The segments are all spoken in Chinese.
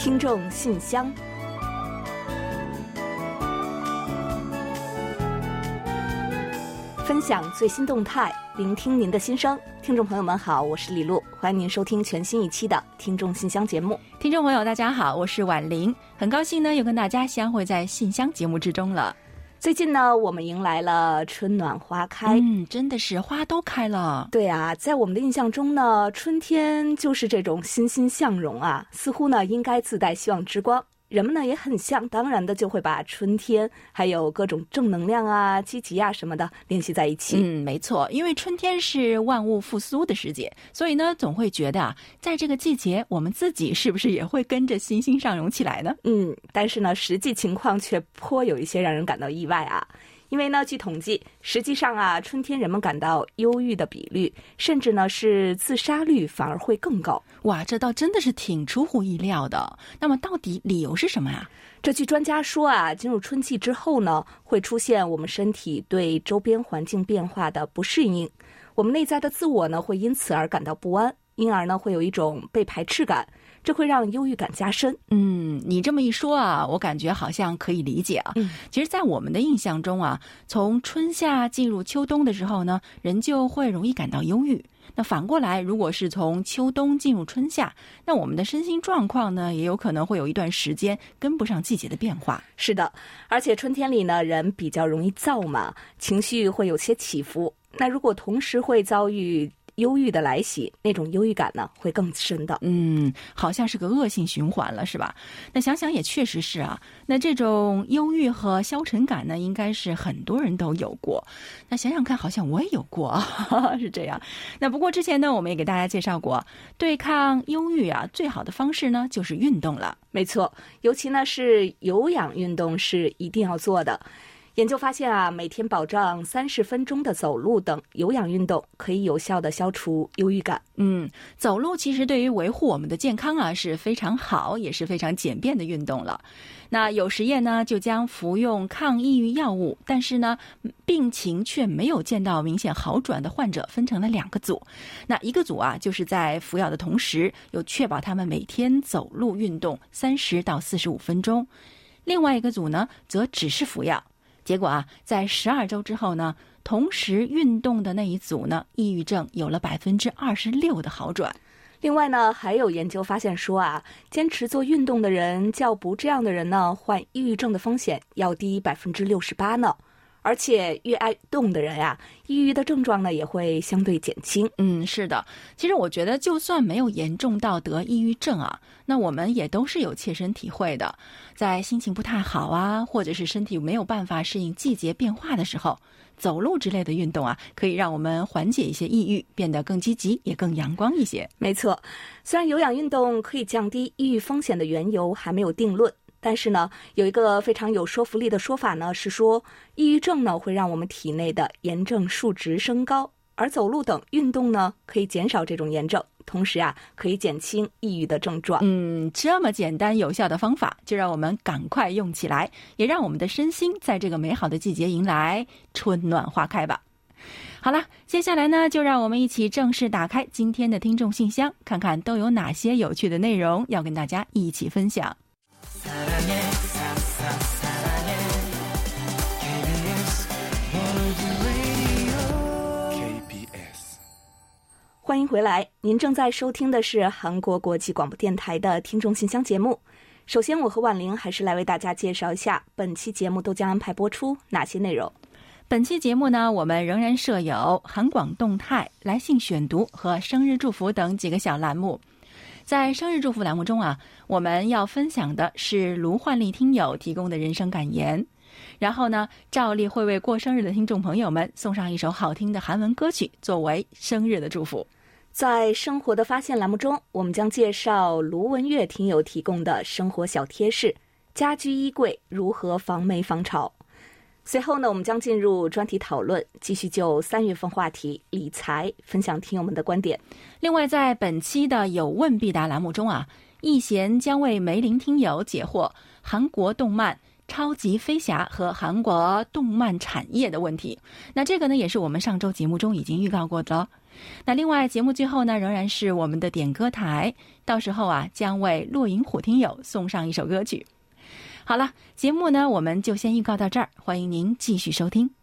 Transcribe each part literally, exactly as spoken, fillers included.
听众信箱，分享最新动态，聆听您的心声。听众朋友们好，我是李璐，欢迎您收听全新一期的听众信箱节目。 听众朋友大家好，我是婉玲，很高兴呢又跟大家相会在信箱节目之中了。 最近呢，我们迎来了春暖花开， 嗯，真的是花都开了。 对啊，在我们的印象中呢，春天就是这种欣欣向荣啊，似乎呢应该自带希望之光。人们呢也很想当然的就会把春天还有各种正能量啊、积极啊什么的联系在一起。 嗯，没错，因为春天是万物复苏的时节，所以呢总会觉得啊，在这个季节我们自己是不是也会跟着欣欣向荣起来呢？ 嗯，但是呢实际情况却颇有一些让人感到意外啊。因为呢，据统计，实际上啊，春天人们感到忧郁的比率，甚至呢是自杀率反而会更高。 哇，这倒真的是挺出乎意料的。那么到底理由是什么呀？ 这据专家说啊，进入春季之后呢，会出现我们身体对周边环境变化的不适应，我们内在的自我呢会因此而感到不安，因而呢会有一种被排斥感，这会让忧郁感加深。 嗯，你这么一说啊，我感觉好像可以理解啊。 嗯， 其实在我们的印象中啊，从春夏进入秋冬的时候呢，人就会容易感到忧郁。那反过来，如果是从秋冬进入春夏，那我们的身心状况呢，也有可能会有一段时间跟不上季节的变化。 是的，而且春天里呢，人比较容易躁嘛，情绪会有些起伏。那如果同时会遭遇忧郁的来袭，那种忧郁感呢会更深的。 嗯，好像是个恶性循环了，是吧？那想想也确实是啊。那这种忧郁和消沉感呢，应该是很多人都有过。那想想看，好像我也有过啊，是这样。那不过之前呢，我们也给大家介绍过，对抗忧郁啊，最好的方式呢就是运动了。 没错，尤其呢是有氧运动是一定要做的。研究发现啊，每天保障三十分钟的走路等有氧运动，可以有效的消除忧郁感。 嗯，走路其实对于维护我们的健康啊是非常好，也是非常简便的运动了。那有实验呢，就将服用抗抑郁药物，但是呢，病情却没有见到明显好转的患者分成了两个组。那一个组啊，就是在服药的同时，有确保他们每天走路运动三十到四十五分钟；另外一个组呢，则只是服药。结果啊，在十二周之后呢，同时运动的那一组呢，抑郁症有了百分之二十六的好转。 另外呢，还有研究发现说啊，坚持做运动的人较不这样的人呢，患抑郁症的风险要低百分之六十八呢。而且越爱动的人啊，抑郁的症状呢也会相对减轻。 嗯，是的。其实我觉得就算没有严重到得抑郁症啊，那我们也都是有切身体会的。在心情不太好啊，或者是身体没有办法适应季节变化的时候，走路之类的运动啊，可以让我们缓解一些抑郁，变得更积极，也更阳光一些。 没错，虽然有氧运动可以降低抑郁风险的缘由还没有定论，但是呢，有一个非常有说服力的说法呢，是说抑郁症呢会让我们体内的炎症数值升高，而走路等运动呢可以减少这种炎症，同时啊可以减轻抑郁的症状。 嗯，这么简单有效的方法，就让我们赶快用起来，也让我们的身心在这个美好的季节迎来春暖花开吧。好了，接下来呢，就让我们一起正式打开今天的听众信箱，看看都有哪些有趣的内容要跟大家一起分享。 欢迎回来，您正在收听的是韩国国际广播电台的听众信箱节目。首先，我和婉玲还是来为大家介绍一下本期节目都将安排播出哪些内容。 本期节目呢，我们仍然设有韩广动态、来信选读和生日祝福等几个小栏目。在生日祝福栏目中啊，我们要分享的是卢焕丽听友提供的人生感言，然后呢，照例会为过生日的听众朋友们送上一首好听的韩文歌曲作为生日的祝福。 在生活的发现栏目中，我们将介绍卢文月听友提供的生活小贴士，家居衣柜如何防霉防潮。随后呢，我们将进入专题讨论，继续就三月份话题理财分享听友们的观点。 另外，在本期的有问必答栏目中啊，易贤将为梅林听友解惑韩国动漫《 超级飞侠和韩国动漫产业的问题。那这个呢，也是我们上周节目中已经预告过的了。那另外节目最后呢，仍然是我们的点歌台，到时候啊，将为落银虎听友送上一首歌曲。好了，节目呢我们就先预告到这儿，欢迎您继续收听。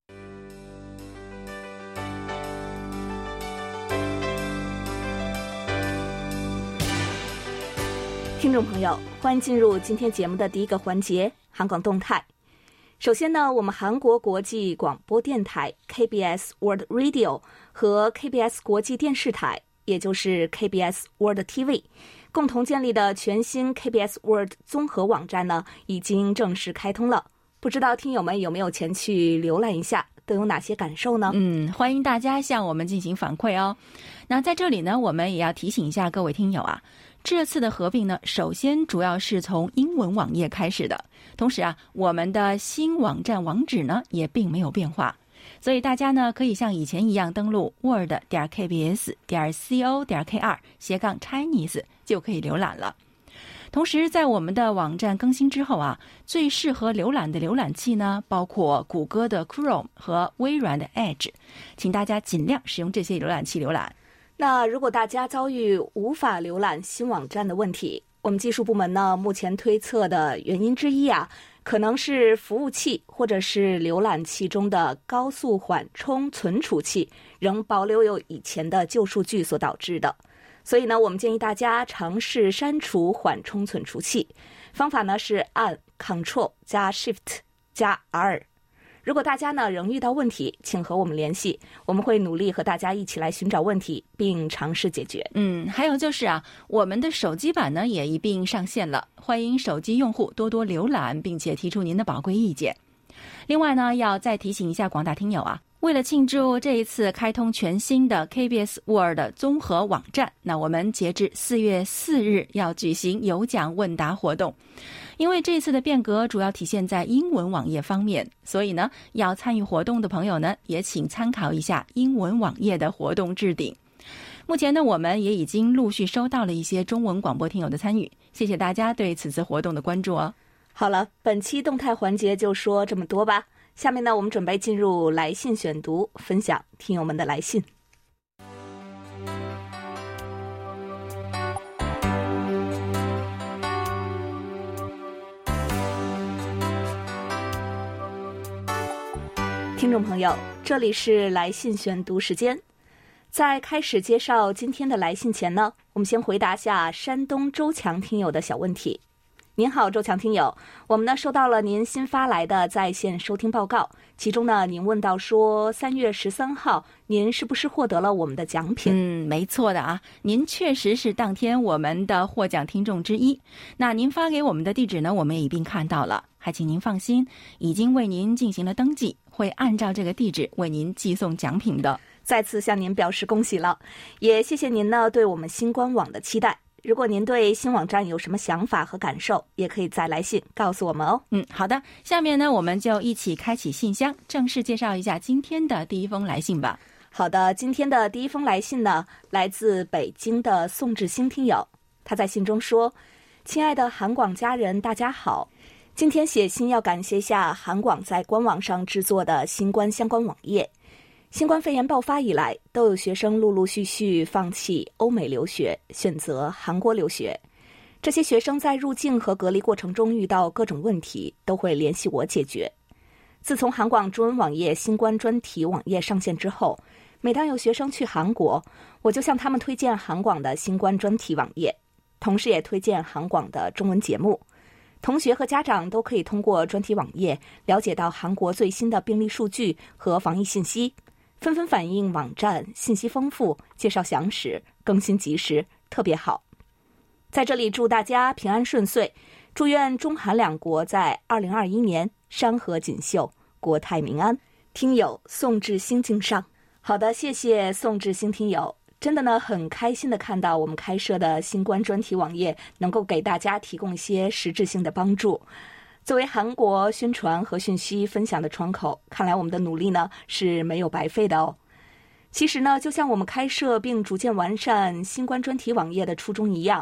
听众朋友，欢迎进入今天节目的第一个环节——韩广动态。首先呢，我们韩国国际广播电台 K B S World Radio 和 K B S 国际电视台，也就是 K B S World T V 共同建立的全新 K B S World 综合网站呢，已经正式开通了。不知道听友们有没有前去浏览一下，都有哪些感受呢？ 嗯，欢迎大家向我们进行反馈哦。那在这里呢，我们也要提醒一下各位听友啊，这次的合并呢，首先主要是从英文网页开始的，同时啊，我们的新网站网址呢也并没有变化，所以大家呢可以像以前一样登录 word 点 kbs 点 co 点 kr 斜杠 Chinese 就可以浏览了。同时在我们的网站更新之后啊，最适合浏览的浏览器呢，包括谷歌的 Chrome 和微软的 Edge， 请大家尽量使用这些浏览器浏览。 那如果大家遭遇无法浏览新网站的问题，我们技术部门呢目前推测的原因之一啊，可能是服务器或者是浏览器中的高速缓冲存储器仍保留有以前的旧数据所导致的。所以呢，我们建议大家尝试删除缓冲存储器，方法呢是按 Ctrl 加 Shift 加 R。如果大家呢仍遇到问题，请和我们联系，我们会努力和大家一起来寻找问题，并尝试解决。 嗯，还有就是啊，我们的手机版呢也一并上线了，欢迎手机用户多多浏览，并且提出您的宝贵意见。另外呢，要再提醒一下广大听友啊，为了庆祝这一次开通全新的 K B S World 综合网站，那我们截至四月四日要举行有奖问答活动。因为这次的变革主要体现在英文网页方面，所以呢，要参与活动的朋友呢，也请参考一下英文网页的活动置顶。目前呢，我们也已经陆续收到了一些中文广播听友的参与，谢谢大家对此次活动的关注哦。 好了，本期动态环节就说这么多吧。下面呢，我们准备进入来信选读，分享听友们的来信。听众朋友，这里是来信选读时间。在开始介绍今天的来信前呢，我们先回答下山东周强听友的小问题。您好，周强听友，我们呢收到了您新发来的在线收听报告，其中呢您问到说三月十三号您是不是获得了我们的奖品？ 嗯，没错的啊，您确实是当天我们的获奖听众之一。那您发给我们的地址呢，我们也一并看到了，还请您放心，已经为您进行了登记，会按照这个地址为您寄送奖品的。 再次向您表示恭喜了，也谢谢您呢对我们新官网的期待。如果您对新网站有什么想法和感受，也可以再来信告诉我们哦。 嗯，好的，下面呢我们就一起开启信箱，正式介绍一下今天的第一封来信吧。 好的，今天的第一封来信呢，来自北京的宋志兴听友。他在信中说：亲爱的韩广家人，大家好，今天写信要感谢一下韩广在官网上制作的新冠相关网页。新冠肺炎爆发以来，都有学生陆陆续续放弃欧美留学，选择韩国留学。这些学生在入境和隔离过程中遇到各种问题，都会联系我解决。自从韩广中文网页新冠专题网页上线之后，每当有学生去韩国，我就向他们推荐韩广的新冠专题网页，同时也推荐韩广的中文节目。同学和家长都可以通过专题网页了解到韩国最新的病例数据和防疫信息，纷纷反映网站信息丰富，介绍详实，更新及时，特别好。在这里祝大家平安顺遂，祝愿中韩两国在二零二一年山河锦绣，国泰民安。听友宋志兴敬上。好的，谢谢宋志兴听友。真的呢，很开心的看到我们开设的新冠专题网页能够给大家提供一些实质性的帮助。作为韩国宣传和讯息分享的窗口，看来我们的努力呢是没有白费的哦。其实呢，就像我们开设并逐渐完善新冠专题网页的初衷一样，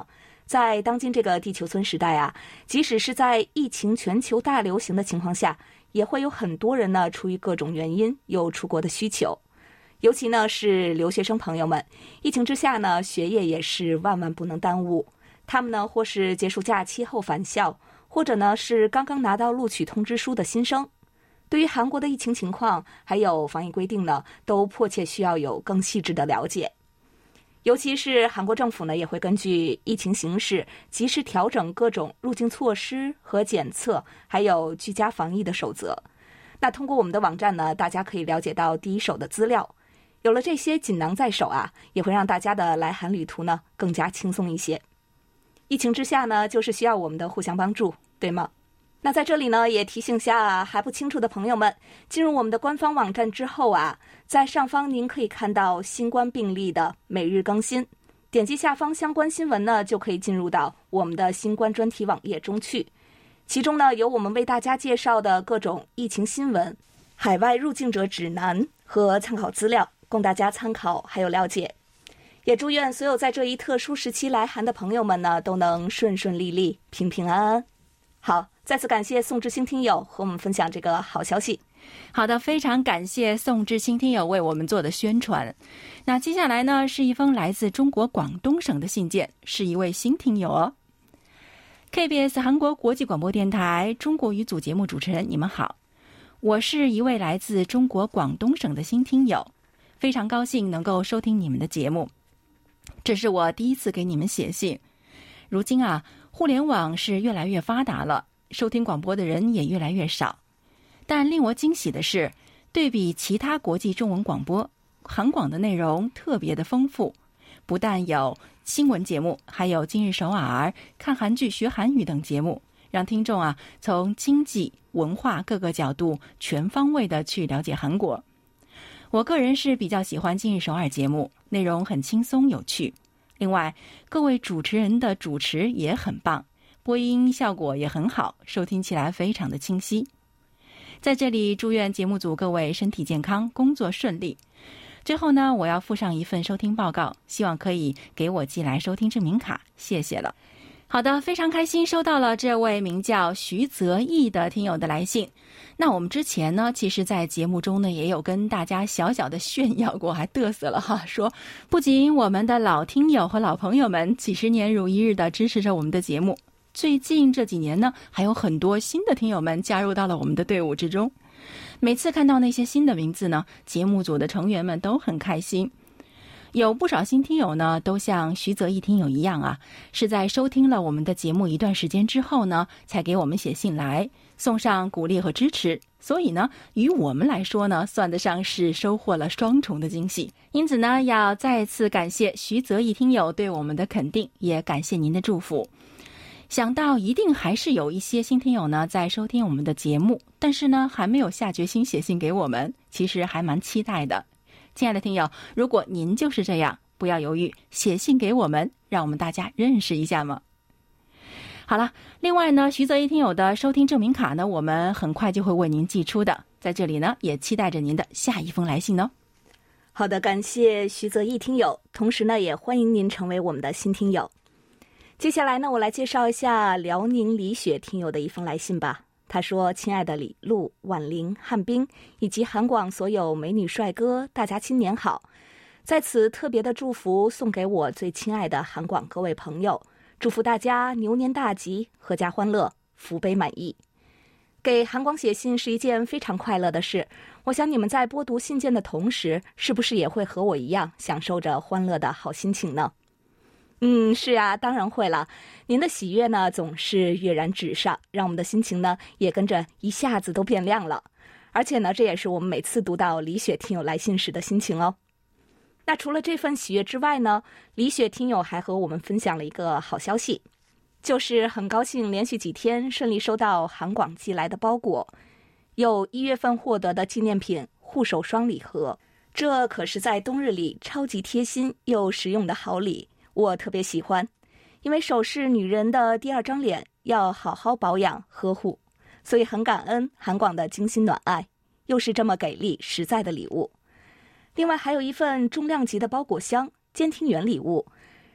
在当今这个地球村时代啊，即使是在疫情全球大流行的情况下，也会有很多人呢出于各种原因有出国的需求。尤其呢是留学生朋友们，疫情之下呢，学业也是万万不能耽误。他们呢或是结束假期后返校，或者呢是刚刚拿到录取通知书的新生。对于韩国的疫情情况还有防疫规定呢，都迫切需要有更细致的了解。尤其是韩国政府呢，也会根据疫情形势及时调整各种入境措施和检测，还有居家防疫的守则。那通过我们的网站呢，大家可以了解到第一手的资料。有了这些锦囊在手啊，也会让大家的来韩旅途呢更加轻松一些。疫情之下呢，就是需要我们的互相帮助，对吗？那在这里呢，也提醒下还不清楚的朋友们，进入我们的官方网站之后啊，在上方您可以看到新冠病例的每日更新，点击下方相关新闻呢，就可以进入到我们的新冠专题网页中去。其中呢，有我们为大家介绍的各种疫情新闻、海外入境者指南和参考资料，供大家参考还有了解。也祝愿所有在这一特殊时期来韩的朋友们呢，都能顺顺利利、平平安安。好，再次感谢宋志兴听友和我们分享这个好消息。 好的，非常感谢宋志兴听友为我们做的宣传。那接下来呢，是一封来自中国广东省的信件，是一位新听友哦。K B S 韩国国际广播电台中国语组节目主持人，你们好，我是一位来自中国广东省的新听友，非常高兴能够收听你们的节目。这是我第一次给你们写信。如今啊，互联网是越来越发达了，收听广播的人也越来越少。但令我惊喜的是，对比其他国际中文广播，韩广的内容特别的丰富，不但有新闻节目，还有今日首尔、看韩剧学韩语等节目，让听众啊从经济、文化各个角度全方位的去了解韩国。我个人是比较喜欢今日首尔节目，内容很轻松有趣。另外，各位主持人的主持也很棒，播音效果也很好，收听起来非常的清晰。在这里祝愿节目组各位身体健康，工作顺利。最后呢，我要附上一份收听报告，希望可以给我寄来收听证明卡，谢谢了。好的，非常开心收到了这位名叫徐泽义的听友的来信。那我们之前呢，其实在节目中呢也有跟大家小小的炫耀过，还嘚瑟了哈，说不仅我们的老听友和老朋友们几十年如一日的支持着我们的节目，最近这几年呢，还有很多新的听友们加入到了我们的队伍之中。每次看到那些新的名字呢，节目组的成员们都很开心。有不少新听友呢，都像徐泽义听友一样啊，是在收听了我们的节目一段时间之后呢，才给我们写信来，送上鼓励和支持。所以呢，于我们来说呢，算得上是收获了双重的惊喜。因此呢，要再次感谢徐泽义听友对我们的肯定，也感谢您的祝福。想到一定还是有一些新听友呢在收听我们的节目，但是呢还没有下决心写信给我们，其实还蛮期待的。亲爱的听友，如果您就是这样，不要犹豫，写信给我们，让我们大家认识一下嘛。好了，另外呢，徐泽一听友的收听证明卡呢，我们很快就会为您寄出的，在这里呢也期待着您的下一封来信哦。 好的，感谢徐泽义听友，同时呢也欢迎您成为我们的新听友。接下来呢，我来介绍一下辽宁李雪听友的一封来信吧。他说：亲爱的李璐、婉玲、汉斌以及韩广所有美女帅哥，大家新年好！在此特别的祝福送给我最亲爱的韩广各位朋友，祝福大家牛年大吉，阖家欢乐，福杯满溢。给韩广写信是一件非常快乐的事，我想你们在播读信件的同时，是不是也会和我一样享受着欢乐的好心情呢？嗯，是啊，当然会了。您的喜悦呢，总是跃然纸上，让我们的心情呢，也跟着一下子都变亮了。而且呢，这也是我们每次读到李雪听友来信时的心情哦。那除了这份喜悦之外呢，李雪听友还和我们分享了一个好消息，就是很高兴连续几天顺利收到韩广寄来的包裹，有一月份获得的纪念品护手霜礼盒，这可是在冬日里超级贴心又实用的好礼。我特别喜欢，因为手是女人的第二张脸，要好好保养呵护，所以很感恩韩广的精心暖爱，又是这么给力实在的礼物。另外还有一份重量级的包裹箱监听员礼物，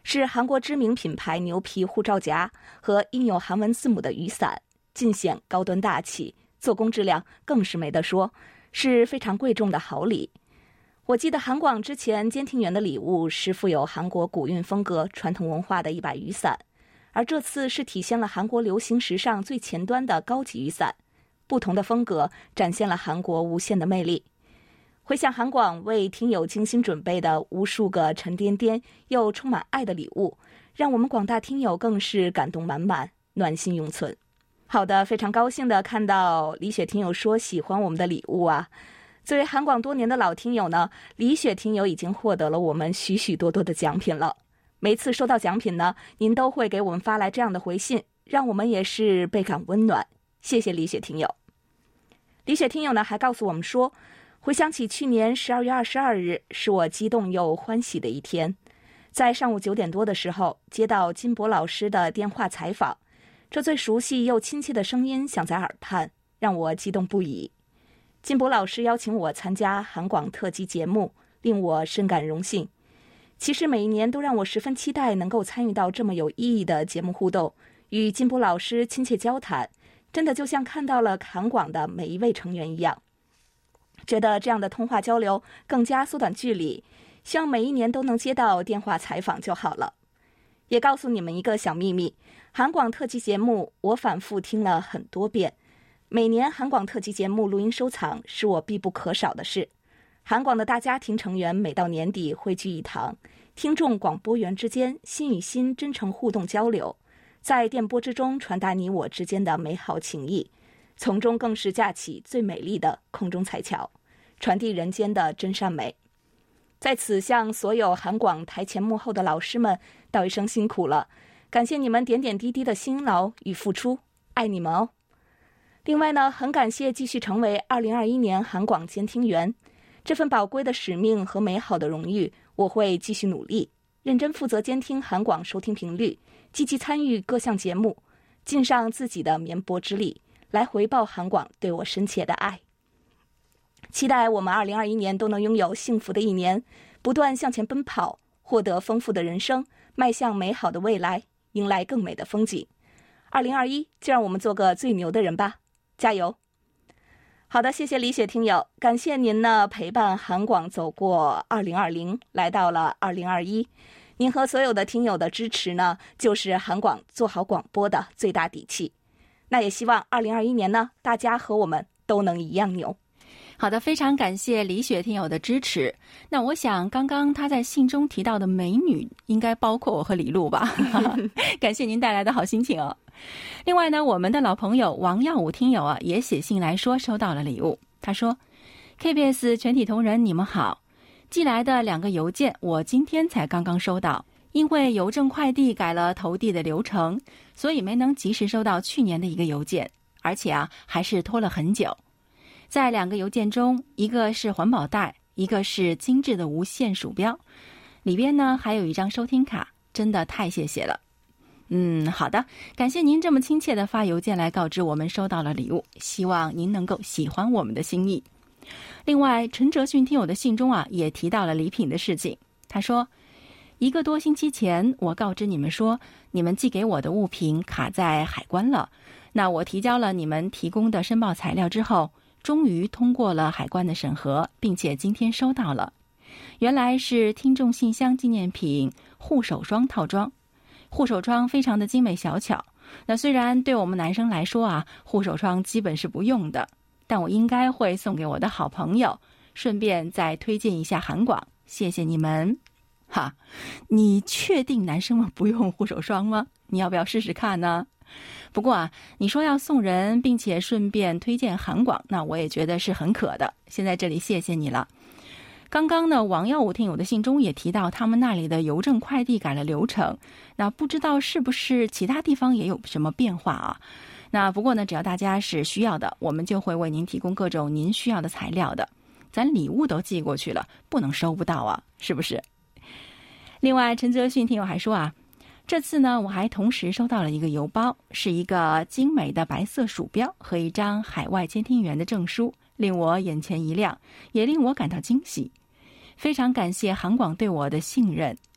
是韩国知名品牌牛皮护照夹和印有韩文字母的雨伞，尽显高端大气，做工质量更是没得说，是非常贵重的好礼。我记得韩广之前监听员的礼物是富有韩国古韵风格传统文化的一把雨伞，而这次是体现了韩国流行时尚最前端的高级雨伞，不同的风格展现了韩国无限的魅力。回想韩广为听友精心准备的无数个沉甸甸又充满爱的礼物，让我们广大听友更是感动满满，暖心永存。好的，非常高兴的看到李雪听友说喜欢我们的礼物啊。作为韩广多年的老听友呢，李雪听友已经获得了我们许许多多的奖品了。每次收到奖品呢，您都会给我们发来这样的回信，让我们也是倍感温暖。谢谢李雪听友。李雪听友呢还告诉我们说，回想起去年十二月二十二日是我激动又欢喜的一天，在上午九点多的时候接到金博老师的电话采访，这最熟悉又亲切的声音响在耳畔，让我激动不已。金博老师邀请我参加韩广特辑节目，令我深感荣幸。其实每一年都让我十分期待能够参与到这么有意义的节目互动，与金博老师亲切交谈，真的就像看到了韩广的每一位成员一样。觉得这样的通话交流更加缩短距离，希望每一年都能接到电话采访就好了。也告诉你们一个小秘密，韩广特辑节目我反复听了很多遍，每年韩广特辑节目录音收藏是我必不可少的事。韩广的大家庭成员每到年底汇聚一堂，听众广播员之间心与心真诚互动交流，在电波之中传达你我之间的美好情谊，从中更是架起最美丽的空中彩桥，传递人间的真善美。在此向所有韩广台前幕后的老师们道一声辛苦了，感谢你们点点滴滴的辛劳与付出，爱你们哦。另外呢，很感谢继续成为二零二一年韩广监听员，这份宝贵的使命和美好的荣誉，我会继续努力，认真负责监听韩广收听频率，积极参与各项节目，尽上自己的绵薄之力，来回报韩广对我深切的爱。期待我们二零二一年都能拥有幸福的一年，不断向前奔跑，获得丰富的人生，迈向美好的未来，迎来更美的风景。二零二一，就让我们做个最牛的人吧，加油！好的，谢谢李雪听友，感谢您呢陪伴韩广走过二零二零，来到了二零二一。您和所有的听友的支持呢，就是韩广做好广播的最大底气。那也希望二零二一年呢，大家和我们都能一样牛。 好的，非常感谢李雪听友的支持。那我想刚刚他在信中提到的美女应该包括我和李璐吧感谢您带来的好心情哦。另外呢，我们的老朋友王耀武听友啊也写信来说收到了礼物。他说 K B S 全体同仁你们好，寄来的两个邮件我今天才刚刚收到，因为邮政快递改了投递的流程，所以没能及时收到去年的一个邮件，而且啊还是拖了很久。在两个邮件中，一个是环保袋，一个是精致的无线鼠标，里边呢还有一张收听卡，真的太谢谢了。嗯，好的，感谢您这么亲切的发邮件来告知我们收到了礼物，希望您能够喜欢我们的心意。另外，陈哲迅听友的信中啊也提到了礼品的事情。他说，一个多星期前我告知你们说，你们寄给我的物品卡在海关了，那我提交了你们提供的申报材料之后，终于通过了海关的审核，并且今天收到了。原来是听众信箱纪念品护手霜套装，护手霜非常的精美小巧。那虽然对我们男生来说啊，护手霜基本是不用的，但我应该会送给我的好朋友，顺便再推荐一下韩广，谢谢你们。哈，你确定男生们不用护手霜吗？你要不要试试看呢？不过啊，你说要送人，并且顺便推荐韩广，那我也觉得是很可的。现在这里谢谢你了。刚刚呢，王耀武听友的信中也提到，他们那里的邮政快递改了流程，那不知道是不是其他地方也有什么变化啊？那不过呢，只要大家是需要的，我们就会为您提供各种您需要的材料的。咱礼物都寄过去了，不能收不到啊，是不是？另外，陈泽迅听友还说啊，这次呢，我还同时收到了一个邮包，是一个精美的白色鼠标和一张海外监听员的证书，令我眼前一亮，也令我感到惊喜。非常感谢韩广对我的信任，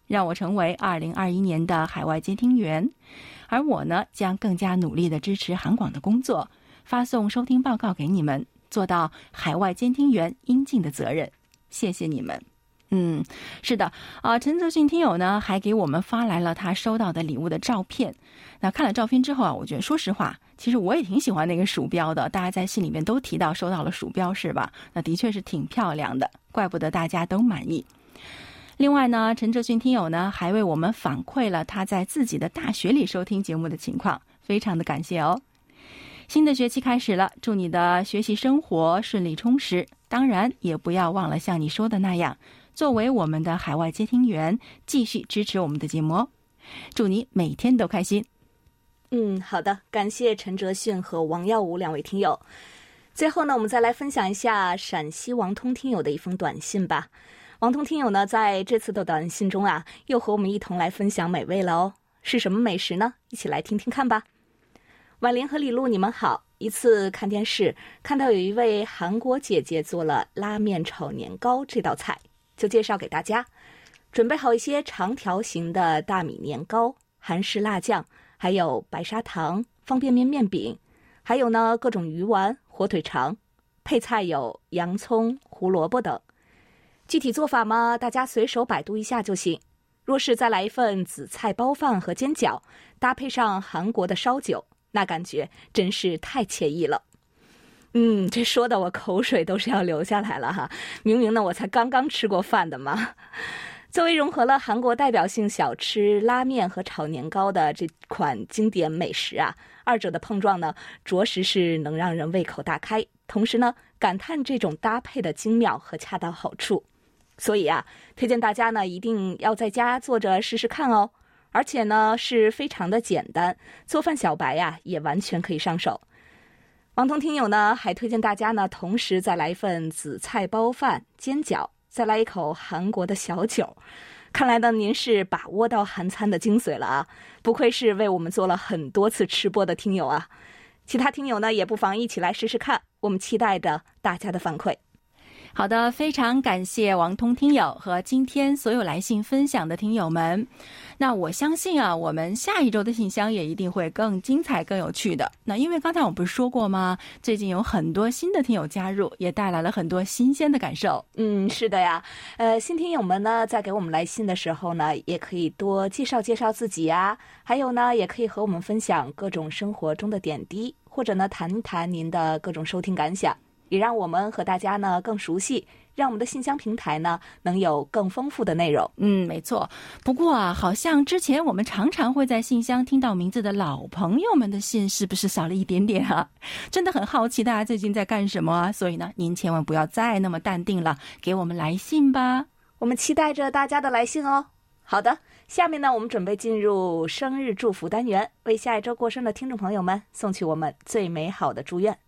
让我成为二零二一年的海外接听员。而我呢，将更加努力地支持韩广的工作，发送收听报告给你们，做到海外监听员应尽的责任。谢谢你们。嗯，是的啊，陈泽迅听友呢还给我们发来了他收到的礼物的照片。那看了照片之后啊，我觉得说实话，其实我也挺喜欢那个鼠标的。大家在信里面都提到收到了鼠标是吧？那的确是挺漂亮的，怪不得大家都满意。另外呢，陈哲迅听友呢还为我们反馈了他在自己的大学里收听节目的情况，非常的感谢哦。新的学期开始了，祝你的学习生活顺利充实，当然也不要忘了像你说的那样，作为我们的海外接听员，继续支持我们的节目哦。祝你每天都开心。 嗯，好的，感谢陈哲迅和王耀武两位听友。最后呢，我们再来分享一下陕西王通听友的一封短信吧。王通听友呢，在这次的短信中啊，又和我们一同来分享美味了哦。是什么美食呢？一起来听听看吧。婉玲和李璐，你们好。一次看电视，看到有一位韩国姐姐做了拉面炒年糕这道菜，就介绍给大家。准备好一些长条形的大米年糕、韩式辣酱，还有白砂糖、方便面面饼，还有呢各种鱼丸、火腿肠，配菜有洋葱、胡萝卜等。具体做法嘛，大家随手百度一下就行。若是再来一份紫菜包饭和煎饺，搭配上韩国的烧酒，那感觉真是太惬意了。嗯，这说的我口水都是要流下来了哈。明明呢我才刚刚吃过饭的嘛。作为融合了韩国代表性小吃拉面和炒年糕的这款经典美食啊，二者的碰撞呢，着实是能让人胃口大开，同时呢，感叹这种搭配的精妙和恰到好处。所以啊，推荐大家呢一定要在家做着试试看哦。而且呢是非常的简单，做饭小白呀、啊、也完全可以上手。王通听友呢还推荐大家呢同时再来一份紫菜包饭、煎饺，再来一口韩国的小酒。看来呢您是把握到韩餐的精髓了啊，不愧是为我们做了很多次吃播的听友啊。其他听友呢也不妨一起来试试看，我们期待着大家的反馈。 好的，非常感谢王通听友和今天所有来信分享的听友们。那我相信啊，我们下一周的信箱也一定会更精彩、更有趣的。那因为刚才我不是说过吗？最近有很多新的听友加入，也带来了很多新鲜的感受。 嗯，是的呀。呃，新听友们呢，在给我们来信的时候呢，也可以多介绍介绍自己呀，还有呢，也可以和我们分享各种生活中的点滴，或者呢，谈一谈您的各种收听感想。也让我们和大家呢更熟悉，让我们的信箱平台呢能有更丰富的内容。 嗯，没错。不过啊，好像之前我们常常会在信箱听到名字的老朋友们的信，是不是少了一点点啊？真的很好奇大家最近在干什么啊？所以呢，您千万不要再那么淡定了，给我们来信吧。 我们期待着大家的来信哦。好的，下面呢，我们准备进入生日祝福单元，为下一周过生的听众朋友们送去我们最美好的祝愿。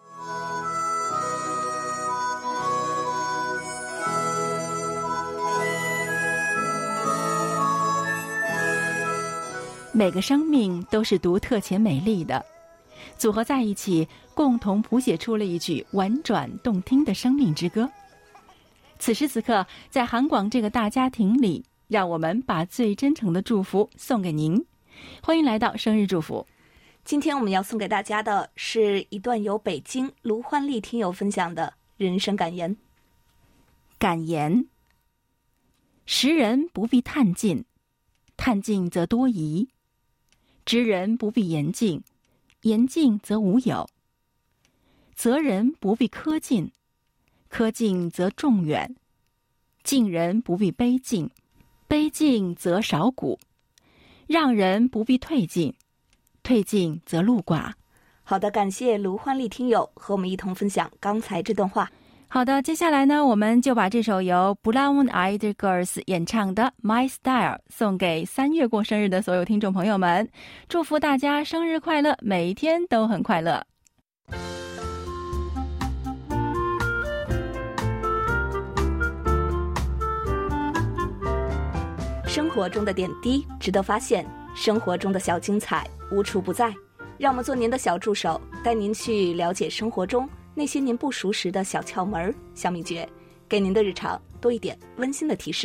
每个生命都是独特且美丽的，组合在一起，共同谱写出了一曲婉转动听的生命之歌。此时此刻，在韩广这个大家庭里，让我们把最真诚的祝福送给您。欢迎来到生日祝福。 今天我们要送给大家的是一段由北京卢焕丽听友分享的人生感言。 感言：识人不必探尽，探尽则多疑；知人不必言尽，言尽则无有；责人不必苛尽，苛尽则众远；敬人不必卑敬，卑敬则少古；让人不必退进，退进则路寡。 好的，感谢卢焕丽听友和我们一同分享刚才这段话。 好的，接下来呢，我们就把这首由 Brown Eyed Girls 演唱的 My Style 送给三月过生日的所有听众朋友们，祝福大家生日快乐，每一天都很快乐。 生活中的点滴值得发现，生活中的小精彩无处不在。让我们做您的小助手，带您去了解生活中那些您不熟识的小窍门、小秘诀，给您的日常多一点温馨的提示。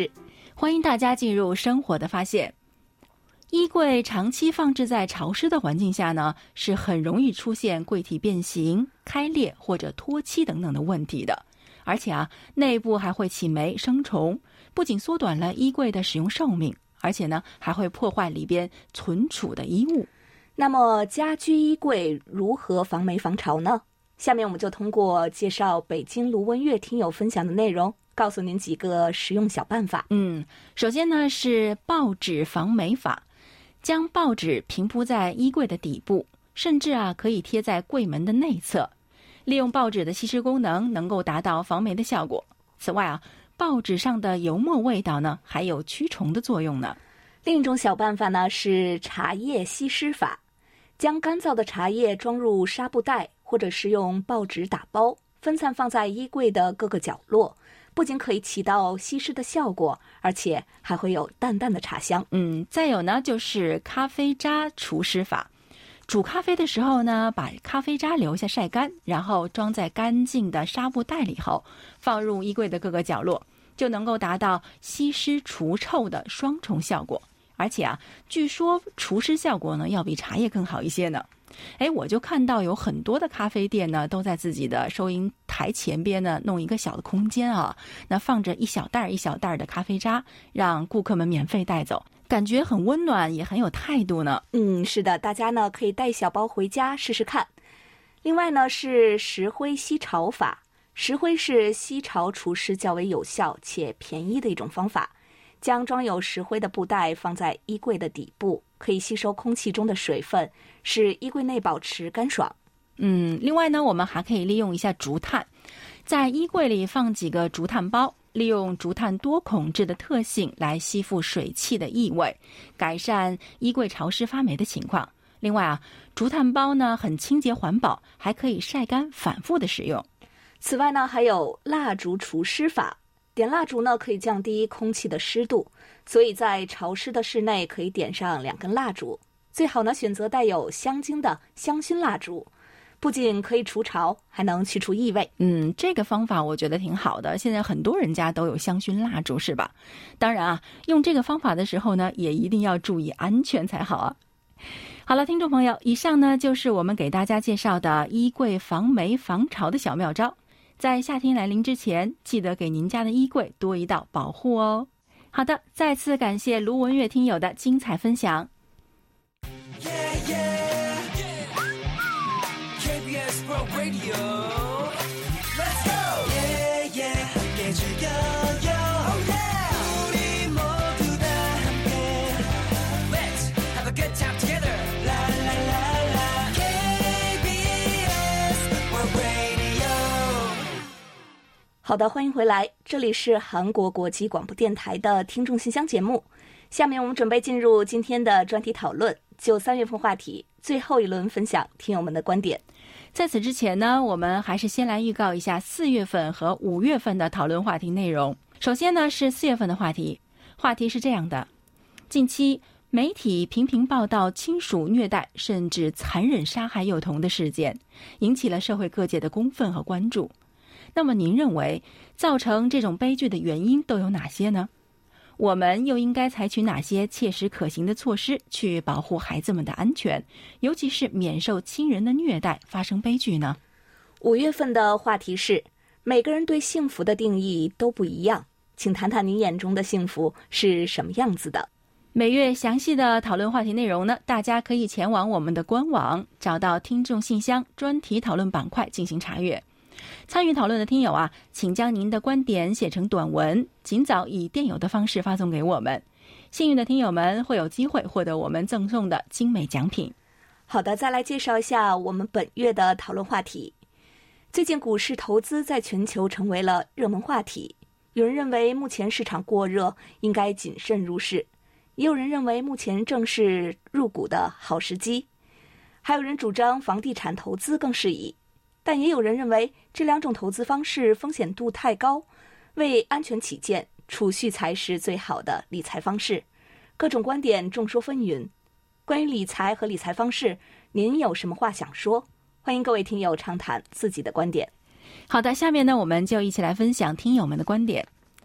欢迎大家进入生活的发现。衣柜长期放置在潮湿的环境下呢，是很容易出现柜体变形、开裂或者脱漆等等的问题的。而且啊，内部还会起霉生虫，不仅缩短了衣柜的使用寿命，而且呢，还会破坏里边存储的衣物。 那么家居衣柜如何防霉防潮呢？下面我们就通过介绍北京卢文月听友分享的内容，告诉您几个实用小办法。 嗯，首先呢是报纸防霉法，将报纸平铺在衣柜的底部，甚至啊可以贴在柜门的内侧，利用报纸的吸湿功能，能够达到防霉的效果。此外啊，报纸上的油墨味道呢，还有驱虫的作用呢。 另一种小办法呢是茶叶吸湿法，将干燥的茶叶装入纱布袋，或者是用报纸打包，分散放在衣柜的各个角落，不仅可以起到吸湿的效果，而且还会有淡淡的茶香。 嗯，再有呢就是咖啡渣除湿法。煮咖啡的时候呢，把咖啡渣留下晒干，然后装在干净的纱布袋里后，放入衣柜的各个角落，就能够达到吸湿除臭的双重效果。而且啊，据说除湿效果呢要比茶叶更好一些呢。哎，我就看到有很多的咖啡店呢，都在自己的收银台前边呢弄一个小的空间啊，那放着一小袋一小袋的咖啡渣，让顾客们免费带走，感觉很温暖，也很有态度呢。 嗯，是的，大家呢可以带小包回家试试看。另外呢是石灰吸潮法，石灰是吸潮除湿较为有效且便宜的一种方法。将装有石灰的布袋放在衣柜的底部，可以吸收空气中的水分，使衣柜内保持干爽。 嗯，另外呢，我们还可以利用一下竹炭，在衣柜里放几个竹炭包，利用竹炭多孔质的特性来吸附水汽的异味，改善衣柜潮湿发霉的情况。另外啊，竹炭包呢很清洁环保，还可以晒干反复的使用。 此外呢，还有蜡烛除湿法。点蜡烛呢可以降低空气的湿度，所以在潮湿的室内可以点上两根蜡烛，最好呢选择带有香精的香薰蜡烛，不仅可以除潮，还能去除异味。 嗯，这个方法我觉得挺好的，现在很多人家都有香薰蜡烛是吧？当然啊，用这个方法的时候呢，也一定要注意安全才好啊。好了，听众朋友，以上呢就是我们给大家介绍的衣柜防霉防潮的小妙招。在夏天来临之前，记得给您家的衣柜多一道保护哦。好的，再次感谢卢文月听友的精彩分享。 好的，欢迎回来，这里是韩国国际广播电台的听众信箱节目。下面我们准备进入今天的专题讨论，就三月份话题最后一轮分享听友们的观点。 在此之前呢，我们还是先来预告一下四月份和五月份的讨论话题内容。首先呢是四月份的话题，话题是这样的：近期媒体频频报道亲属虐待甚至残忍杀害幼童的事件，引起了社会各界的公愤和关注。那么您认为造成这种悲剧的原因都有哪些呢？我们又应该采取哪些切实可行的措施去保护孩子们的安全，尤其是免受亲人的虐待发生悲剧呢？ 五月份的话题是每个人对幸福的定义都不一样，请谈谈您眼中的幸福是什么样子的。 每月详细的讨论话题内容呢，大家可以前往我们的官网，找到听众信箱专题讨论板块进行查阅。参与讨论的听友啊，请将您的观点写成短文，尽早以电邮的方式发送给我们。幸运的听友们会有机会获得我们赠送的精美奖品。 好的，再来介绍一下我们本月的讨论话题。最近股市投资在全球成为了热门话题，有人认为目前市场过热，应该谨慎入市，也有人认为目前正是入股的好时机，还有人主张房地产投资更适宜。但也有人认为这两种投资方式风险度太高，为安全起见，储蓄才是最好的理财方式。各种观点众说纷纭，关于理财和理财方式，您有什么话想说？欢迎各位听友畅谈自己的观点。 好的，下面呢，我们就一起来分享听友们的观点。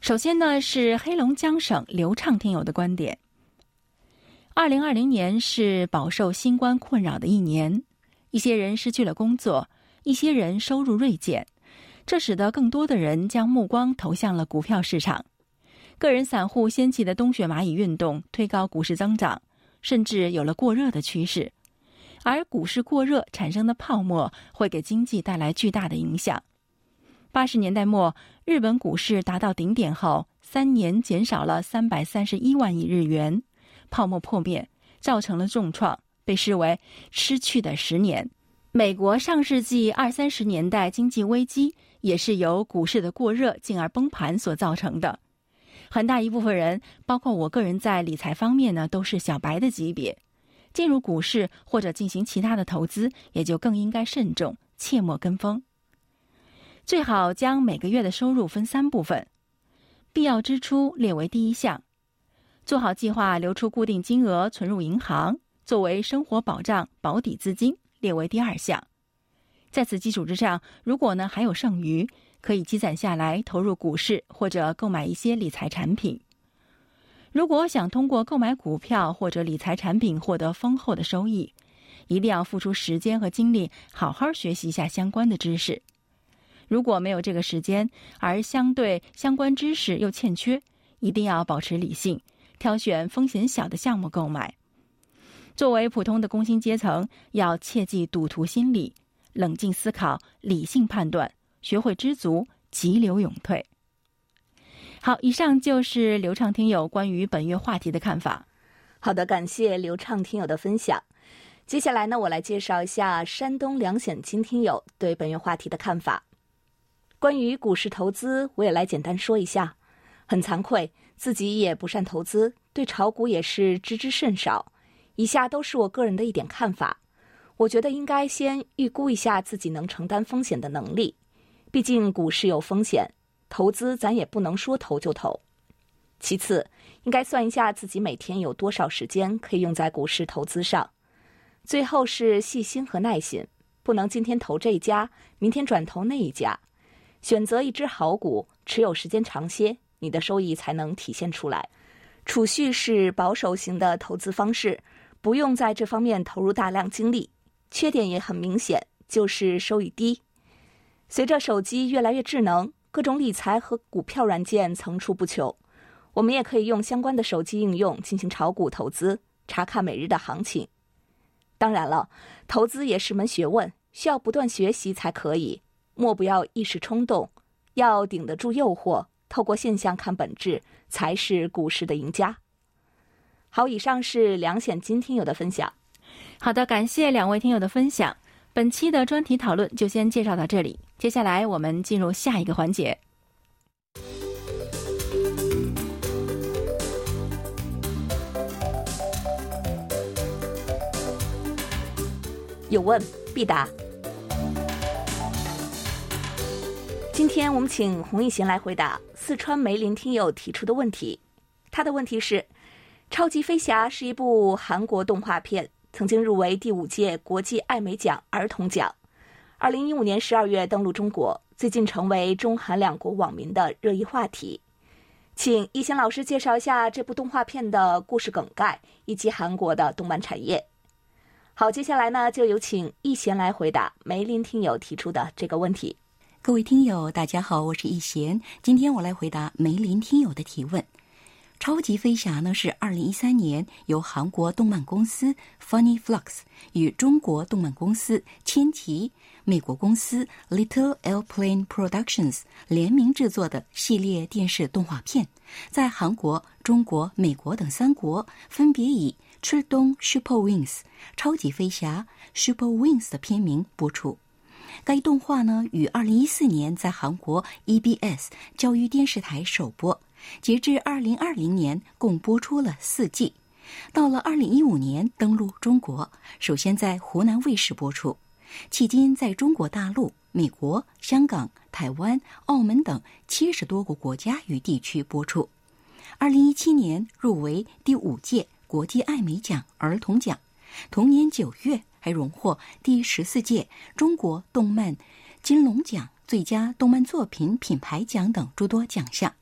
首先呢，是黑龙江省刘畅听友的观点。二零二零年是饱受新冠困扰的一年，一些人失去了工作，一些人收入锐减，这使得更多的人将目光投向了股票市场。个人散户掀起的冬雪蚂蚁运动推高股市增长，甚至有了过热的趋势。而股市过热产生的泡沫会给经济带来巨大的影响。八十年代末，日本股市达到顶点后，三年减少了三百三十一万亿日元，泡沫破灭，造成了重创，被视为失去的十年。美国上世纪二三十年代经济危机也是由股市的过热进而崩盘所造成的。很大一部分人，包括我个人，在理财方面呢都是小白的级别，进入股市或者进行其他的投资，也就更应该慎重，切莫跟风。最好将每个月的收入分三部分，必要支出列为第一项，做好计划留出固定金额存入银行，作为生活保障保底资金列为第二项。在此基础之上，如果呢还有剩余，可以积攒下来投入股市或者购买一些理财产品。如果想通过购买股票或者理财产品获得丰厚的收益，一定要付出时间和精力，好好学习一下相关的知识。如果没有这个时间，而相对相关知识又欠缺，一定要保持理性，挑选风险小的项目购买。作为普通的工薪阶层，要切忌赌徒心理，冷静思考，理性判断，学会知足，急流勇退。好，以上就是刘畅听友关于本月话题的看法。 好的，感谢刘畅听友的分享。接下来呢，我来介绍一下山东梁显金听友对本月话题的看法。关于股市投资，我也来简单说一下。很惭愧，自己也不善投资，对炒股也是知之甚少。以下都是我个人的一点看法。我觉得应该先预估一下自己能承担风险的能力，毕竟股市有风险，投资咱也不能说投就投。其次，应该算一下自己每天有多少时间可以用在股市投资上。最后是细心和耐心，不能今天投这一家，明天转投那一家。选择一只好股，持有时间长些，你的收益才能体现出来。储蓄是保守型的投资方式，不用在这方面投入大量精力。缺点也很明显，就是收益低。随着手机越来越智能，各种理财和股票软件层出不穷，我们也可以用相关的手机应用进行炒股投资，查看每日的行情。当然了，投资也是门学问，需要不断学习才可以。莫不要一时冲动，要顶得住诱惑，透过现象看本质，才是股市的赢家。好，以上是梁显金听友的分享。 好的，感谢两位听友的分享。本期的专题讨论就先介绍到这里，接下来我们进入下一个环节。 有问必答。今天我们请洪一贤来回答四川梅林听友提出的问题。他的问题是：超级飞侠是一部韩国动画片，曾经入围第五届国际艾美奖儿童奖。二零一五年十二月登陆中国，最近成为中韩两国网民的热议话题。请一贤老师介绍一下这部动画片的故事梗概以及韩国的动漫产业。好，接下来呢，就有请一贤来回答梅林听友提出的这个问题。 各位听友大家好，我是一贤，今天我来回答梅林听友的提问。超级飞侠呢是二零一三年由韩国动漫公司 Funny Flux 与中国动漫公司千奇、美国公司 Little Airplane Productions 联名制作的系列电视动画片，在韩国、中国、美国等三国分别以출동 Super Wings 超级飞侠 Super Wings 的片名播出。该动画呢于二零一四年在韩国 E B S 教育电视台首播，截至二零二零年共播出了四季。到了二零一五年登陆中国，首先在湖南卫视播出，迄今在中国大陆、美国、香港、台湾、澳门等七十多个国家与地区播出。二零一七年入围第五届国际艾美奖儿童奖，同年九月还荣获第十四届中国动漫金龙奖最佳动漫作品品牌奖等诸多奖项。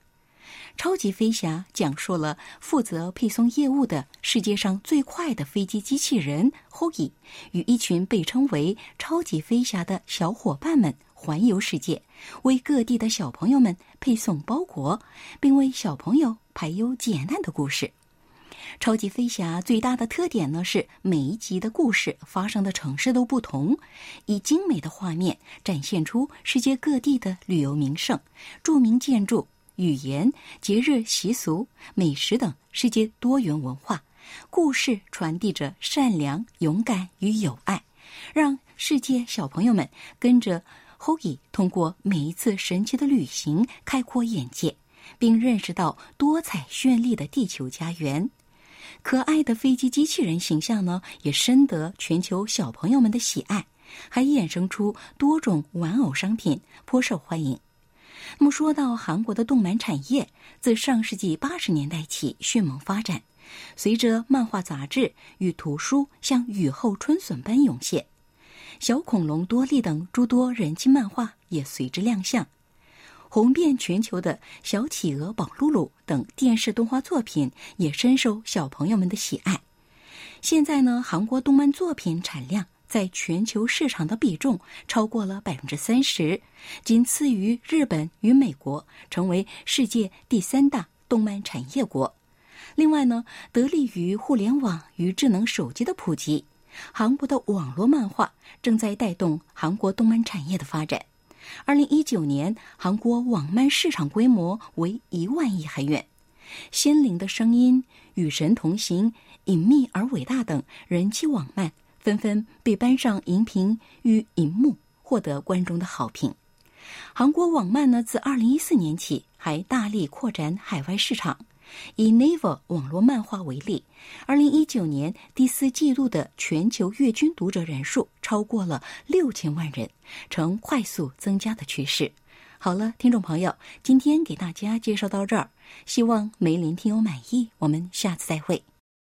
超级飞侠讲述了负责配送业务的世界上最快的飞机机器人 Hogi 与一群被称为超级飞侠的小伙伴们环游世界，为各地的小朋友们配送包裹，并为小朋友排忧解难的故事。超级飞侠最大的特点呢，是每一集的故事发生的城市都不同，以精美的画面展现出世界各地的旅游名胜、著名建筑、语言、节日习俗、美食等世界多元文化。故事传递着善良、勇敢与友爱，让世界小朋友们跟着 Hogi 通过每一次神奇的旅行开阔眼界，并认识到多彩绚丽的地球家园。可爱的飞机机器人形象呢，也深得全球小朋友们的喜爱，还衍生出多种玩偶商品，颇受欢迎。那么说到韩国的动漫产业，自上世纪八十年代起迅猛发展，随着漫画杂志与图书像雨后春笋般涌现，小恐龙多利等诸多人气漫画也随之亮相。红遍全球的小企鹅宝露露等电视动画作品也深受小朋友们的喜爱。现在呢，韩国动漫作品产量在全球市场的比重超过了百分之三十，仅次于日本与美国，成为世界第三大动漫产业国。另外呢，得力于互联网与智能手机的普及，韩国的网络漫画正在带动韩国动漫产业的发展。二零一九年，韩国网漫市场规模为一万亿韩元。心灵的声音、与神同行、隐秘而伟大等人气网漫纷纷被搬上荧屏与荧幕，获得观众的好评。韩国网漫呢，自二零一四年起还大力扩展海外市场。以 Naver 网络漫画为例，二零一九年第四季度的全球月均读者人数超过了六千万人，呈快速增加的趋势。好了，听众朋友，今天给大家介绍到这儿，希望梅林听友满意，我们下次再会。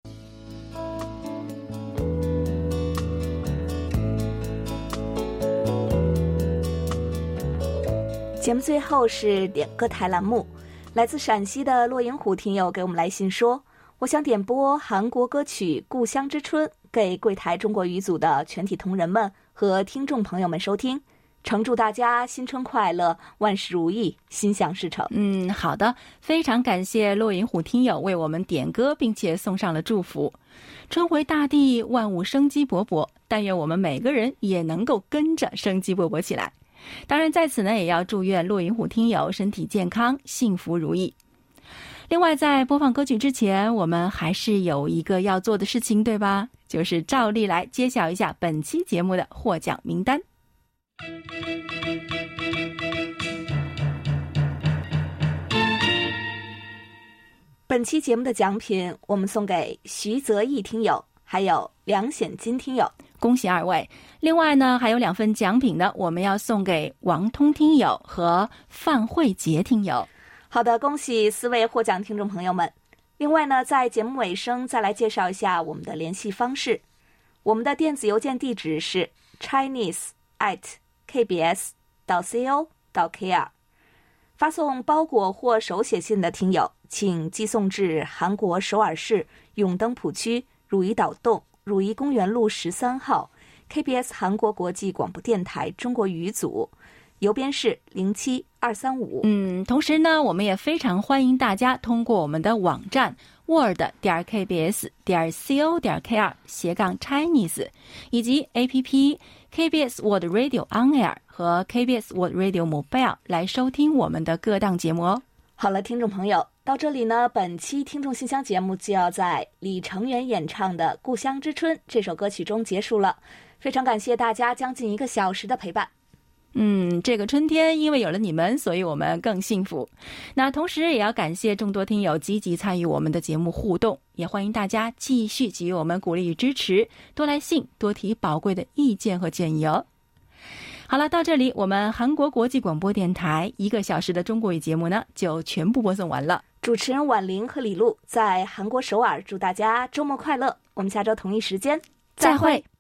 节目最后是点歌台栏目，来自陕西的骆银虎听友给我们来信说，我想点播韩国歌曲《故乡之春》给柜台中国语组的全体同仁们和听众朋友们收听，诚祝大家新春快乐，万事如意，心想事成。 嗯，好的，非常感谢骆银虎听友为我们点歌，并且送上了祝福。春回大地，万物生机勃勃，但愿我们每个人也能够跟着生机勃勃起来。当然在此呢，也要祝愿骆银虎听友身体健康，幸福如意。另外在播放歌曲之前，我们还是有一个要做的事情，对吧？就是照例来揭晓一下本期节目的获奖名单。 本期节目的奖品我们送给徐泽义听友，还有梁显金听友， 恭喜二位。另外呢，还有两份奖品呢，我们要送给王通听友和范慧杰听友。 好的，恭喜四位获奖听众朋友们。另外呢，在节目尾声再来介绍一下我们的联系方式。我们的电子邮件地址是 chinese at k b s dot co dot k r。 发送包裹或手写信的听友，请寄送至韩国首尔市永登浦区汝矣岛洞汝矣公园路十三号 K B S 韩国国际广播电台中国语组，邮编是零七二三五。 嗯，同时呢，我们也非常欢迎大家通过我们的网站 word 点 k b s 点 co 点 k r 斜杠 Chinese 以及 A P P K B S World Radio On Air 和 K B S World Radio Mobile 来收听我们的各档节目哦。 好了，听众朋友，到这里呢，本期听众信箱节目就要在李成元演唱的《故乡之春》这首歌曲中结束了。非常感谢大家将近一个小时的陪伴。 嗯，这个春天因为有了你们，所以我们更幸福。那同时也要感谢众多听友积极参与我们的节目互动，也欢迎大家继续给予我们鼓励与支持，多来信，多提宝贵的意见和建议哦。好了，到这里我们韩国国际广播电台一个小时的中国语节目呢，就全部播送完了。 主持人婉玲和李璐在韩国首尔祝大家周末快乐，我们下周同一时间再会。